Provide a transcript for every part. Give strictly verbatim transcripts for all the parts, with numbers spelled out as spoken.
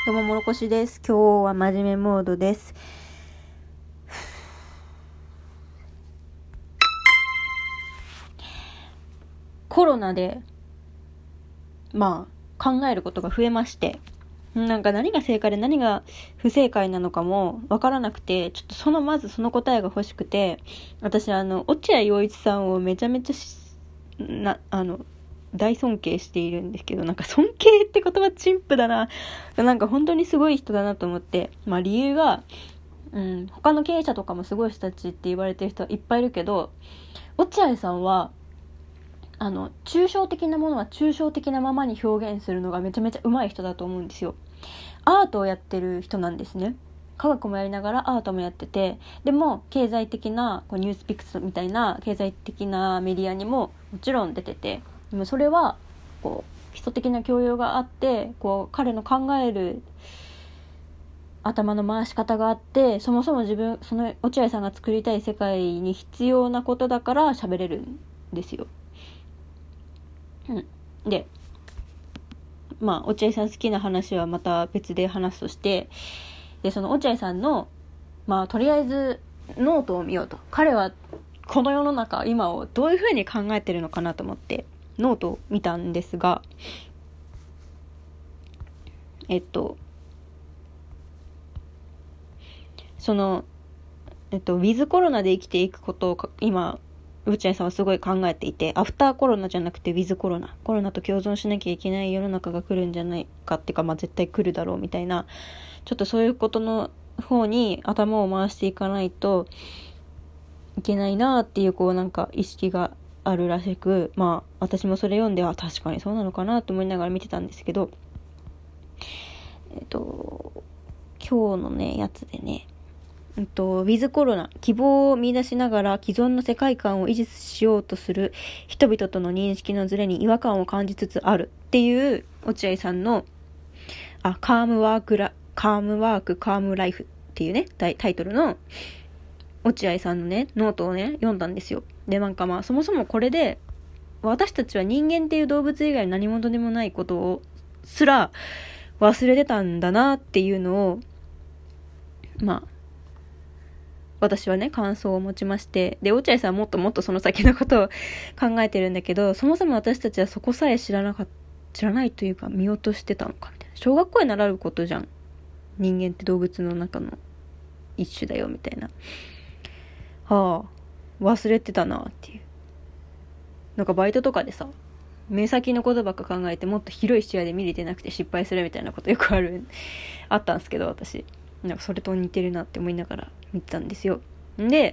どうももろこしです。今日は真面目モードです。コロナでまあ考えることが増えまして、なんか何が正解で何が不正解なのかもわからなくて、ちょっとそのまずその答えが欲しくて、私あの落合陽一さんをめちゃめちゃなあの大尊敬しているんですけど、なんか尊敬って言葉陳腐だな。なんか本当にすごい人だなと思って、まあ理由が、うん、他の経営者とかもすごい人たちって言われてる人はいっぱいいるけど、落合さんはあの抽象的なものは抽象的なままに表現するのがめちゃめちゃ上手い人だと思うんですよ。アートをやってる人なんですね。科学もやりながらアートもやってて、でも経済的なこうニュースピックスみたいな経済的なメディアにももちろん出てて、でもそれはこう基礎的な教養があって、こう彼の考える頭の回し方があって、そもそも自分その落合さんが作りたい世界に必要なことだから喋れるんですよ。うん、でまあ落合さん好きな話はまた別で話すとして、でその落合さんのまあとりあえずノートを見ようと、彼はこの世の中今をどういうふうに考えてるのかなと思ってノートを見たんですが、えっとそのえっとウィズコロナで生きていくことを今落合さんはすごい考えていて、アフターコロナじゃなくてウィズコロナ、コロナと共存しなきゃいけない世の中が来るんじゃないかっていうか、まあ絶対来るだろうみたいな、ちょっとそういうことの方に頭を回していかないといけないなっていう、こうなんか意識があるらしく、まあ私もそれ読んでは確かにそうなのかなと思いながら見てたんですけど、えっと今日のねやつでね、えっと、ウィズコロナ、希望を見出しながら既存の世界観を維持しようとする人々との認識のズレに違和感を感じつつあるっていう落合さんのあカームワークラカームワークカームライフっていうねタイトルの落合さんのねノートをね読んだんですよ。でなんかまあそもそもこれで私たちは人間っていう動物以外に何者でもないことをすら忘れてたんだなっていうのをまあ私はね感想を持ちまして、で落合さんはもっともっとその先のことを考えてるんだけど、そもそも私たちはそこさえ知らなか知らないというか見落としてたのかみたいな。小学校で習うことじゃん、人間って動物の中の一種だよみたいな。はあ忘れてたなっていう。なんかバイトとかでさ、目先のことばっか考えてもっと広い視野で見れてなくて失敗するみたいなことよくあるあったんですけど、私なんかそれと似てるなって思いながら見てたんですよ。で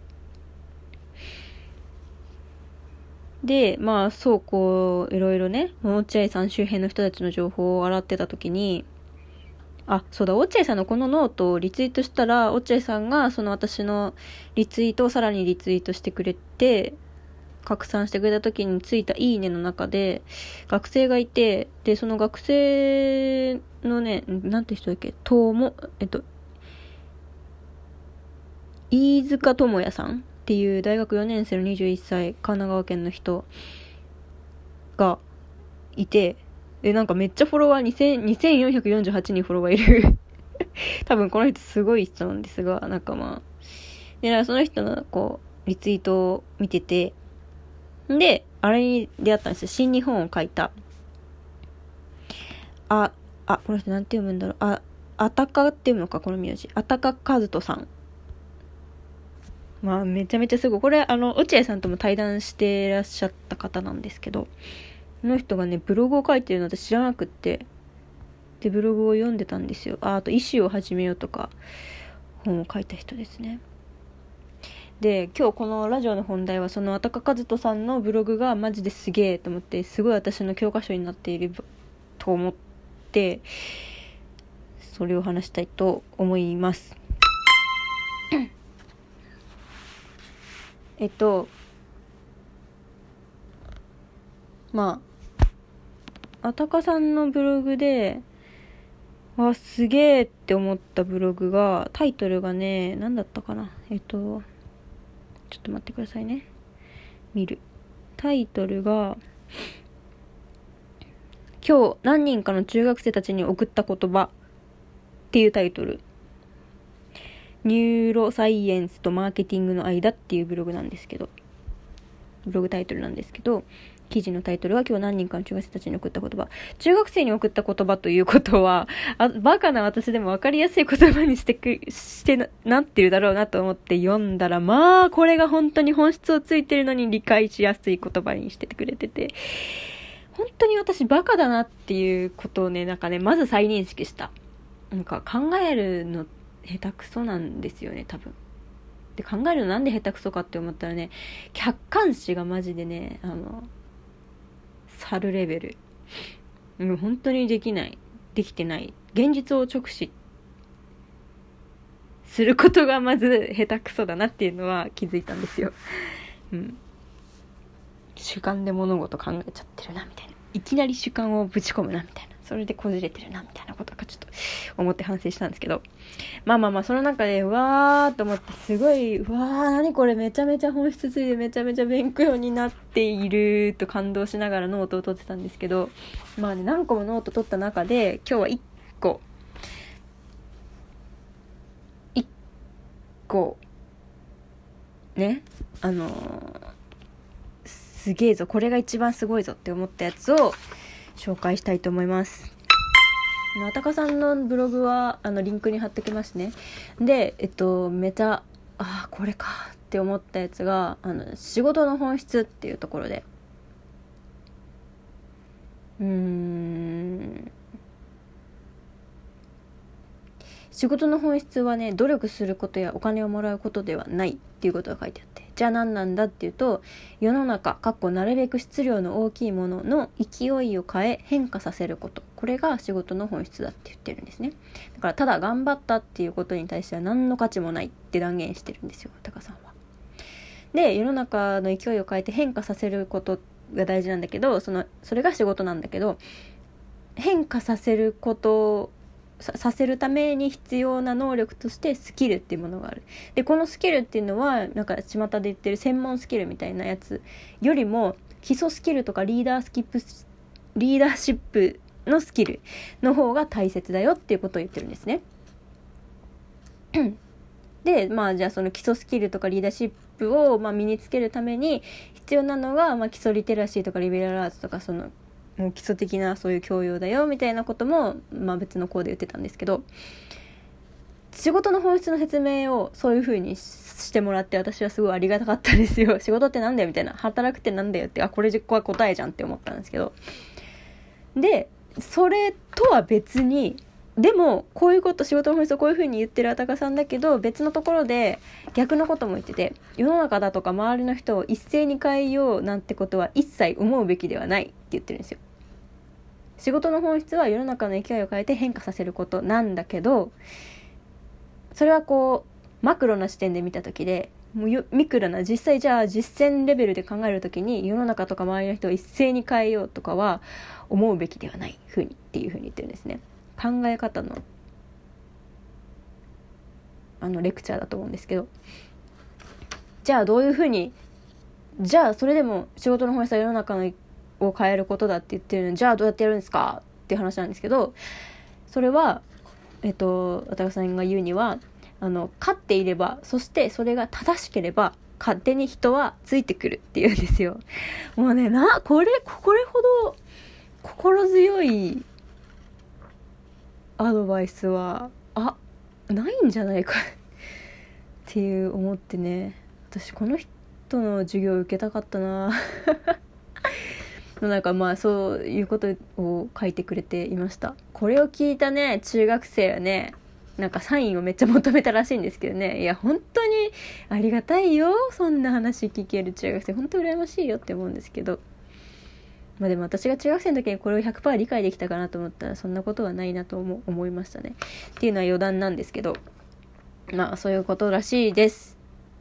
でまあそうこういろいろね落合さん周辺の人たちの情報を洗ってた時に、あそうだ落合さんのこのノートをリツイートしたら、落合さんがその私のリツイートをさらにリツイートしてくれて拡散してくれた時についたいいねの中で学生がいて、でその学生のねなんて人だっけ、ともえっと飯塚智也さんっていう大学よねん生のにじゅういっさい神奈川県の人がいて、でなんかめっちゃフォロワーにせん、にせんよんひゃくよんじゅうはちにんフォロワーいる多分この人すごい人なんですが、なんかまあでなんかその人のこうリツイートを見てて、であれに出会ったんですよ。新日本を書いたああこの人なんて読むんだろう、ああたかっていうのか、この名字あたかかずとさん。まあめちゃめちゃすごい、これあの落合さんとも対談してらっしゃった方なんですけど、この人がねブログを書いてるの私知らなくって、でブログを読んでたんですよ。ああと医師を始めようとか本を書いた人ですね。で今日このラジオの本題はそのあたかかずとさんのブログがマジですげえと思って、すごい私の教科書になっていると思ってそれを話したいと思いますえっとまああたかさんのブログでわすげーって思ったブログが、タイトルがね何だったかな、えっとちょっと待ってくださいね、見る。タイトルが今日何人かの中学生たちに送った言葉っていうタイトル。ニューロサイエンスとマーケティングの間っていうブログなんですけど、ブログタイトルなんですけど、記事のタイトルは今日何人かの中学生たちに送った言葉。中学生に送った言葉ということは、あバカな私でも分かりやすい言葉にしてくしてな、なってるだろうなと思って読んだら、まあこれが本当に本質をついてるのに理解しやすい言葉にしててくれてて、本当に私バカだなっていうことをね、なんかね、まず再認識した。なんか考えるの下手くそなんですよね、多分。で、考えるのなんで下手くそかって思ったらね、客観視がマジでね、あの猿レベル。もう本当にできない。できてない。現実を直視することがまず下手くそだなっていうのは気づいたんですよ。うん。主観で物事考えちゃってるなみたいな。いきなり主観をぶち込むなみたいな。それでこじれてるなみたいなことがちょっと思って反省したんですけど、まあまあまあその中でうわーと思って、すごいうわー何これめちゃめちゃ本質ついてめちゃめちゃ勉強になっていると感動しながらノートを取ってたんですけど、まあね何個もノート取った中で今日はいっこいっこね、あのー、すげえぞ、これが一番すごいぞって思ったやつを紹介したいと思います。あたかさんのブログはあのリンクに貼ってきますね。で、えっとめちゃあこれかって思ったやつが、あの仕事の本質っていうところで、うーん仕事の本質はね、努力することやお金をもらうことではないっていうことが書いてあって、じゃあ何なんだっていうと、世の中かっこなるべく質量の大きいものの勢いを変え変化させること、これが仕事の本質だって言ってるんですね。だからただ頑張ったっていうことに対しては何の価値もないって断言してるんですよ、タカさんは。で、世の中の勢いを変えて変化させることが大事なんだけど、そのそれが仕事なんだけど、変化させることさ, させるために必要な能力としてスキルっていうものがある。でこのスキルっていうのはなんか巷で言ってる専門スキルみたいなやつよりも、基礎スキルとかリーダースキップリーダーシップのスキルの方が大切だよっていうことを言ってるんですね。でまあじゃあその基礎スキルとかリーダーシップをまあ身につけるために必要なのが、まあ、基礎リテラシーとかリベラルアーツとか、そのもう基礎的なそういう教養だよみたいなことも、まあ、別の項で言ってたんですけど、仕事の本質の説明をそういう風にしてもらって、私はすごいありがたかったんですよ。仕事ってなんだよみたいな、働くってなんだよって、あこれは答えじゃんって思ったんですけど、でそれとは別に、でもこういうこと、仕事の本質をこういう風に言ってるあたかさんだけど、別のところで逆のことも言ってて、世の中だとか周りの人を一斉に変えようなんてことは一切思うべきではないって言ってるんですよ。仕事の本質は世の中の勢いを変えて変化させることなんだけど、それはこうマクロな視点で見た時で、もうミクロな実際じゃあ実践レベルで考える時に、世の中とか周りの人を一斉に変えようとかは思うべきではないふうにっていうふうに言ってるんですね。考え方のあのレクチャーだと思うんですけど、じゃあどういうふうに、じゃあそれでも仕事の本質は世の中のを変えることだって言ってるのに、じゃあどうやってやるんですかっていう話なんですけど、それはえっと渡辺さんが言うには、あの勝っていれば、そしてそれが正しければ勝手に人はついてくるっていうんですよ。もうね、なこれこれほど心強いアドバイスはあないんじゃないかっていう思ってね、私この人の授業受けたかったななんかまあそういうことを書いてくれていました。これを聞いたね中学生はね、なんかサインをめっちゃ求めたらしいんですけどね、いや本当にありがたいよ、そんな話聞ける中学生本当羨ましいよって思うんですけど、まあでも私が中学生の時にこれを ひゃくパーセント 理解できたかなと思ったら、そんなことはないなと思思いましたね。っていうのは余談なんですけど、まあそういうことらしいです。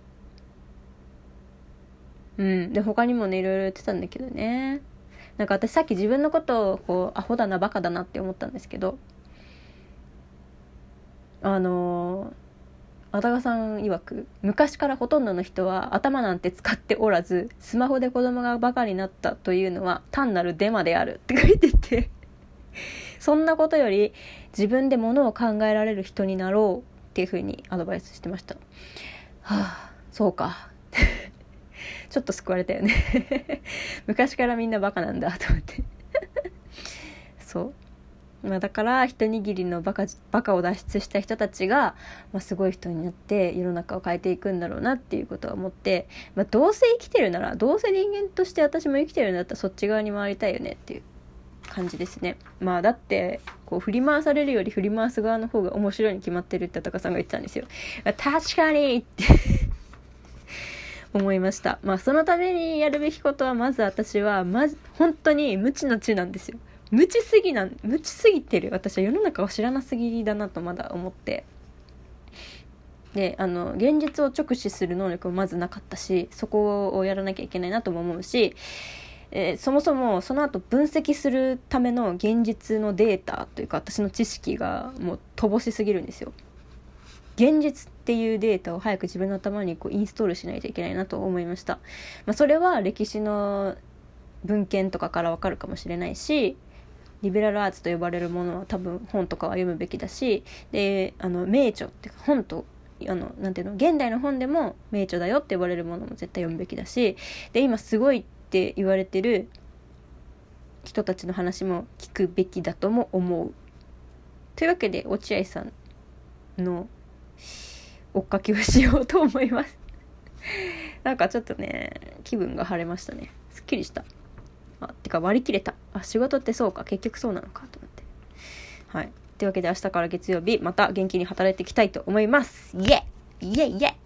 うんで他にもねいろいろ言ってたんだけどね、なんか私さっき自分のことをこうアホだなバカだなって思ったんですけど、あのあたかさん曰く、昔からほとんどの人は頭なんて使っておらず、スマホで子供がバカになったというのは単なるデマであるって書いててそんなことより自分でものを考えられる人になろうっていう風にアドバイスしてました。はあ、そうかちょっと救われたよね昔からみんなバカなんだと思ってそう、まあ、だから一握りのバカ、バカを脱出した人たちが、まあ、すごい人になって世の中を変えていくんだろうなっていうことは思って、まあ、どうせ生きてるなら、どうせ人間として私も生きてるんだったらそっち側に回りたいよねっていう感じですね。まあだってこう振り回されるより振り回す側の方が面白いに決まってるってタカさんが言ってたんですよ。確かにって思いました。まあそのためにやるべきことは、まず私はまず本当に無知の知なんですよ。無知すぎなん無知すぎてる私は世の中を知らなすぎだなとまだ思って、であの現実を直視する能力もまずなかったし、そこをやらなきゃいけないなとも思うし、えー、そもそもその後分析するための現実のデータというか私の知識がもう乏しすぎるんですよ。現実っていうデータを早く自分の頭にこうインストールしないといけないなと思いました。まあ、それは歴史の文献とかからわかるかもしれないし、リベラルアーツと呼ばれるものは多分本とかは読むべきだし、であの名著っていうか本とあのなんていうの現代の本でも名著だよって呼ばれるものも絶対読むべきだし、で今すごいって言われてる人たちの話も聞くべきだとも思う。というわけで落合さんの追っかけをしようと思いますなんかちょっとね気分が晴れましたね。すっきりした。あてか割り切れた。あ仕事ってそうか、結局そうなのかと思って。はい、というわけで明日から月曜日また元気に働いていきたいと思います。イエイイエイイエイ。